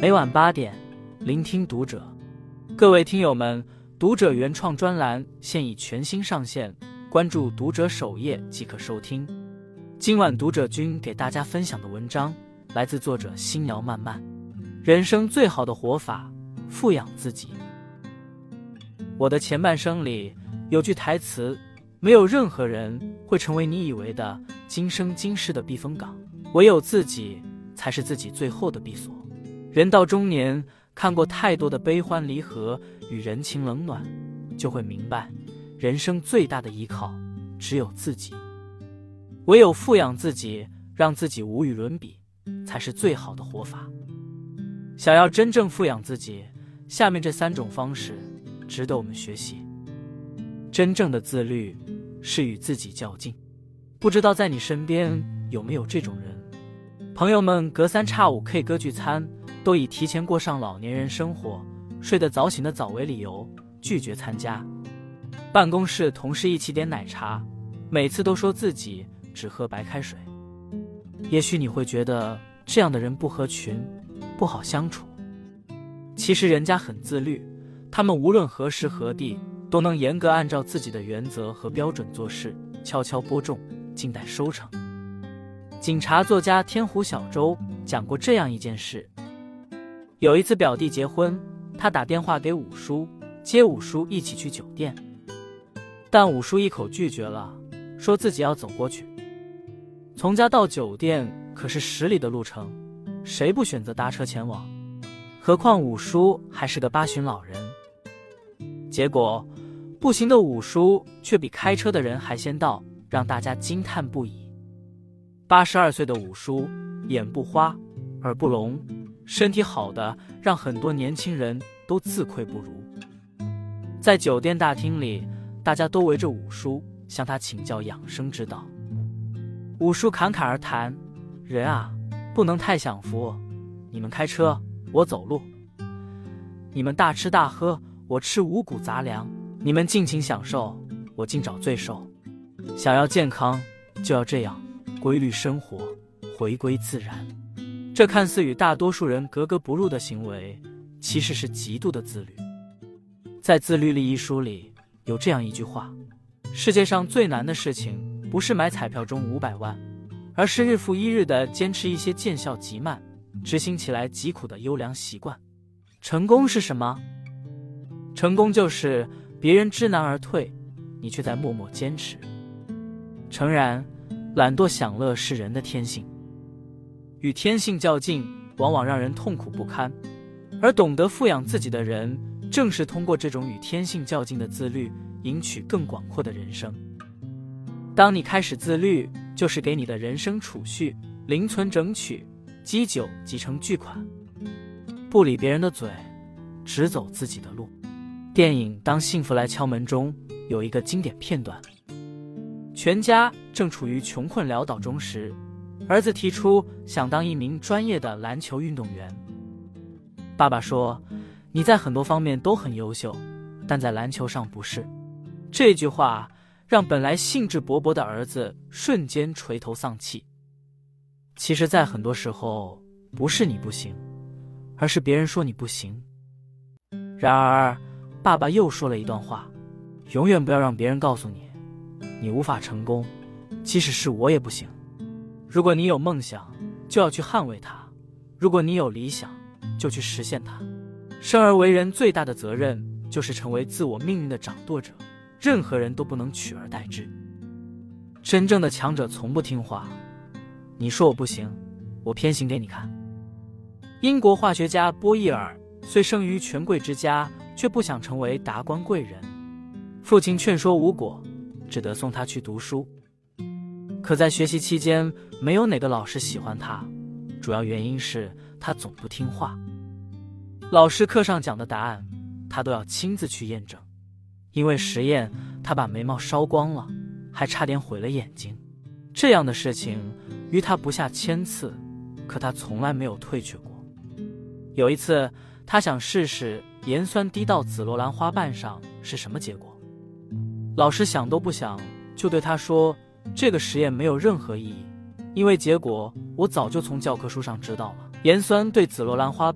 每晚8点，聆听读者。各位听友们，读者原创专栏现已全新上线，关注读者首页即可收听。今晚读者君给大家分享的文章来自作者心摇漫漫。人生最好的活法，富养自己。我的前半生里有句台词，没有任何人会成为你以为的今生今世的避风港，唯有自己才是自己最后的避所。人到中年，看过太多的悲欢离合与人情冷暖，就会明白，人生最大的依靠只有自己。唯有富养自己，让自己无与伦比，才是最好的活法。想要真正富养自己，下面这3种方式值得我们学习。真正的自律是与自己较劲。不知道在你身边有没有这种人？朋友们隔3差5 K 歌聚餐，都以提前过上老年人生活，睡得早醒的早为理由，拒绝参加。办公室同事一起点奶茶，每次都说自己只喝白开水。也许你会觉得这样的人不合群，不好相处。其实人家很自律，他们无论何时何地都能严格按照自己的原则和标准做事，悄悄播种，静待收成。警察作家天湖小周讲过这样一件事。有一次表弟结婚，他打电话给五叔，接五叔一起去酒店，但五叔一口拒绝了，说自己要走过去。从家到酒店可是10里的路程，谁不选择搭车前往？何况五叔还是个80旬老人。结果步行的五叔却比开车的人还先到，让大家惊叹不已。82岁的五叔眼不花耳不聋，身体好的让很多年轻人都自愧不如。在酒店大厅里，大家都围着五叔向他请教养生之道。五叔侃侃而谈，人啊，不能太享福，你们开车，我走路；你们大吃大喝，我吃五谷杂粮；你们尽情享受，我尽找罪受。想要健康，就要这样规律生活，回归自然。这看似与大多数人格格不入的行为，其实是极度的自律。在《自律力》一书里有这样一句话：世界上最难的事情，不是买彩票中500万，而是日复一日地坚持一些见效极慢、执行起来极苦的优良习惯。成功是什么？成功就是别人知难而退，你却在默默坚持。诚然，懒惰享乐是人的天性，与天性较劲往往让人痛苦不堪，而懂得富养自己的人，正是通过这种与天性较劲的自律，赢取更广阔的人生。当你开始自律，就是给你的人生储蓄，零存整取，积久即成巨款。不理别人的嘴，只走自己的路。电影《当幸福来敲门》中有一个经典片段，全家正处于穷困潦倒中时，儿子提出想当一名专业的篮球运动员。爸爸说，你在很多方面都很优秀，但在篮球上不是。这句话让本来兴致勃勃的儿子瞬间垂头丧气。其实在很多时候，不是你不行，而是别人说你不行。然而爸爸又说了一段话，永远不要让别人告诉你你无法成功，即使是我也不行。如果你有梦想，就要去捍卫它；如果你有理想，就去实现它。生而为人最大的责任，就是成为自我命运的掌舵者，任何人都不能取而代之。真正的强者从不听话，你说我不行，我偏行给你看。英国化学家波义尔虽生于权贵之家，却不想成为达官贵人。父亲劝说无果，只得送他去读书。可在学习期间，没有哪个老师喜欢他，主要原因是他总不听话。老师课上讲的答案，他都要亲自去验证。因为实验，他把眉毛烧光了，还差点毁了眼睛。这样的事情于他不下1000次，可他从来没有退却过。有一次，他想试试盐酸滴到紫罗兰花瓣上是什么结果。老师想都不想就对他说，这个实验没有任何意义，因为结果我早就从教科书上知道了。盐酸对紫罗兰花瓣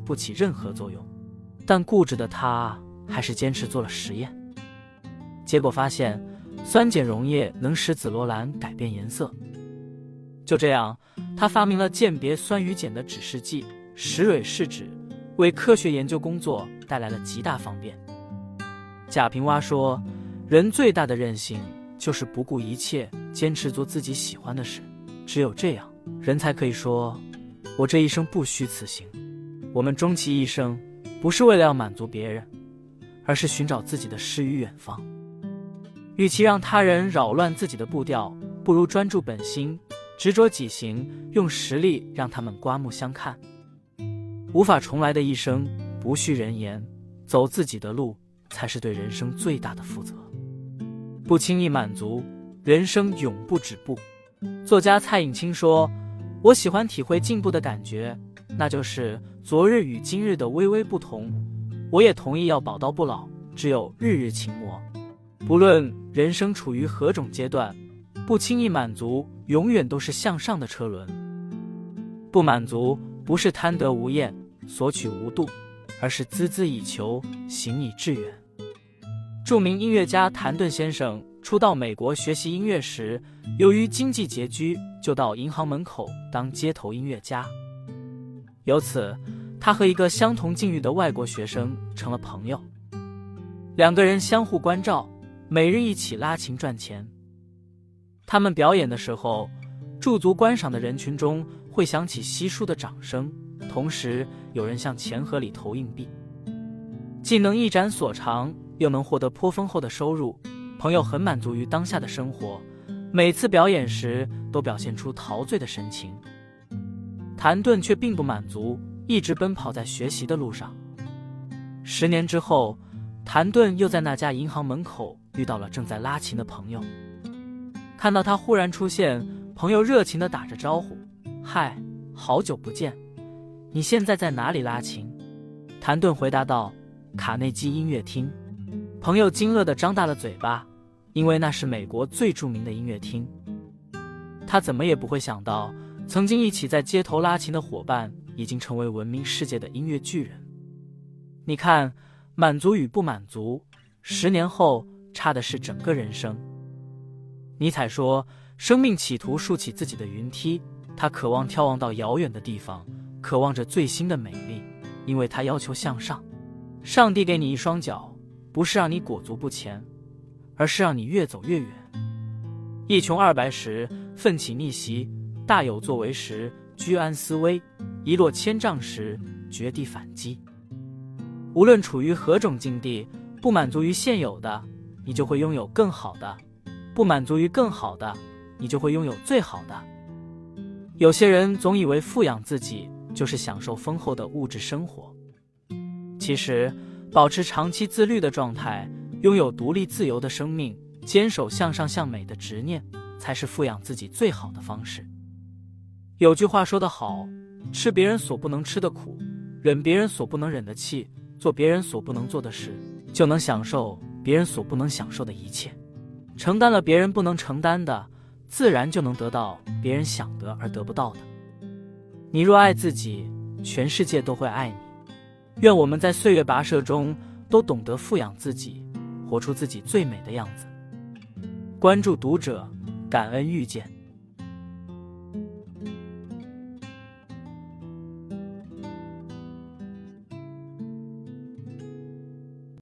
不起任何作用，但固执的他还是坚持做了实验。结果发现酸碱溶液能使紫罗兰改变颜色。就这样，他发明了鉴别酸与碱的指示剂石蕊试纸，为科学研究工作带来了极大方便。贾平凹说，人最大的韧性就是不顾一切坚持做自己喜欢的事，只有这样，人才可以说我这一生不虚此行。我们终其一生，不是为了要满足别人，而是寻找自己的诗与远方。与其让他人扰乱自己的步调，不如专注本心，执着己行，用实力让他们刮目相看。无法重来的一生，不恤人言，走自己的路，才是对人生最大的负责。不轻易满足，人生永不止步。作家蔡颖清说，我喜欢体会进步的感觉，那就是昨日与今日的微微不同。我也同意要宝刀不老，只有日日勤磨。不论人生处于何种阶段，不轻易满足永远都是向上的车轮。不满足不是贪得无厌，索取无度，而是孜孜以求，行以致远。著名音乐家谭盾先生初到美国学习音乐时，由于经济拮据，就到银行门口当街头音乐家。由此，他和一个相同境遇的外国学生成了朋友，两个人相互关照，每日一起拉琴赚钱。他们表演的时候，驻足观赏的人群中会响起稀疏的掌声，同时有人向钱盒里投硬币，既能一展所长，又能获得颇丰厚的收入。朋友很满足于当下的生活，每次表演时都表现出陶醉的神情。谭盾却并不满足，一直奔跑在学习的路上。10年之后，谭盾又在那家银行门口遇到了正在拉琴的朋友。看到他忽然出现，朋友热情地打着招呼，嗨，好久不见，你现在在哪里拉琴？谭盾回答道，卡内基音乐厅。朋友惊愕地张大了嘴巴，因为那是美国最著名的音乐厅。他怎么也不会想到，曾经一起在街头拉琴的伙伴已经成为闻名世界的音乐巨人。你看，满足与不满足，10年后差的是整个人生。尼采说，生命企图竖起自己的云梯，他渴望眺望到遥远的地方，渴望着最新的美丽，因为他要求向上。上帝给你一双脚，不是让你裹足不前，而是让你越走越远。一穷二白时，奋起逆袭；大有作为时，居安思危；一落千丈时，绝地反击。无论处于何种境地，不满足于现有的，你就会拥有更好的；不满足于更好的，你就会拥有最好的。有些人总以为富养自己就是享受丰厚的物质生活，其实保持长期自律的状态，拥有独立自由的生命，坚守向上向美的执念，才是富养自己最好的方式。有句话说得好，吃别人所不能吃的苦，忍别人所不能忍的气，做别人所不能做的事，就能享受别人所不能享受的一切。承担了别人不能承担的，自然就能得到别人想得而得不到的。你若爱自己，全世界都会爱你。愿我们在岁月跋涉中都懂得富养自己，活出自己最美的样子。关注读者，感恩遇见。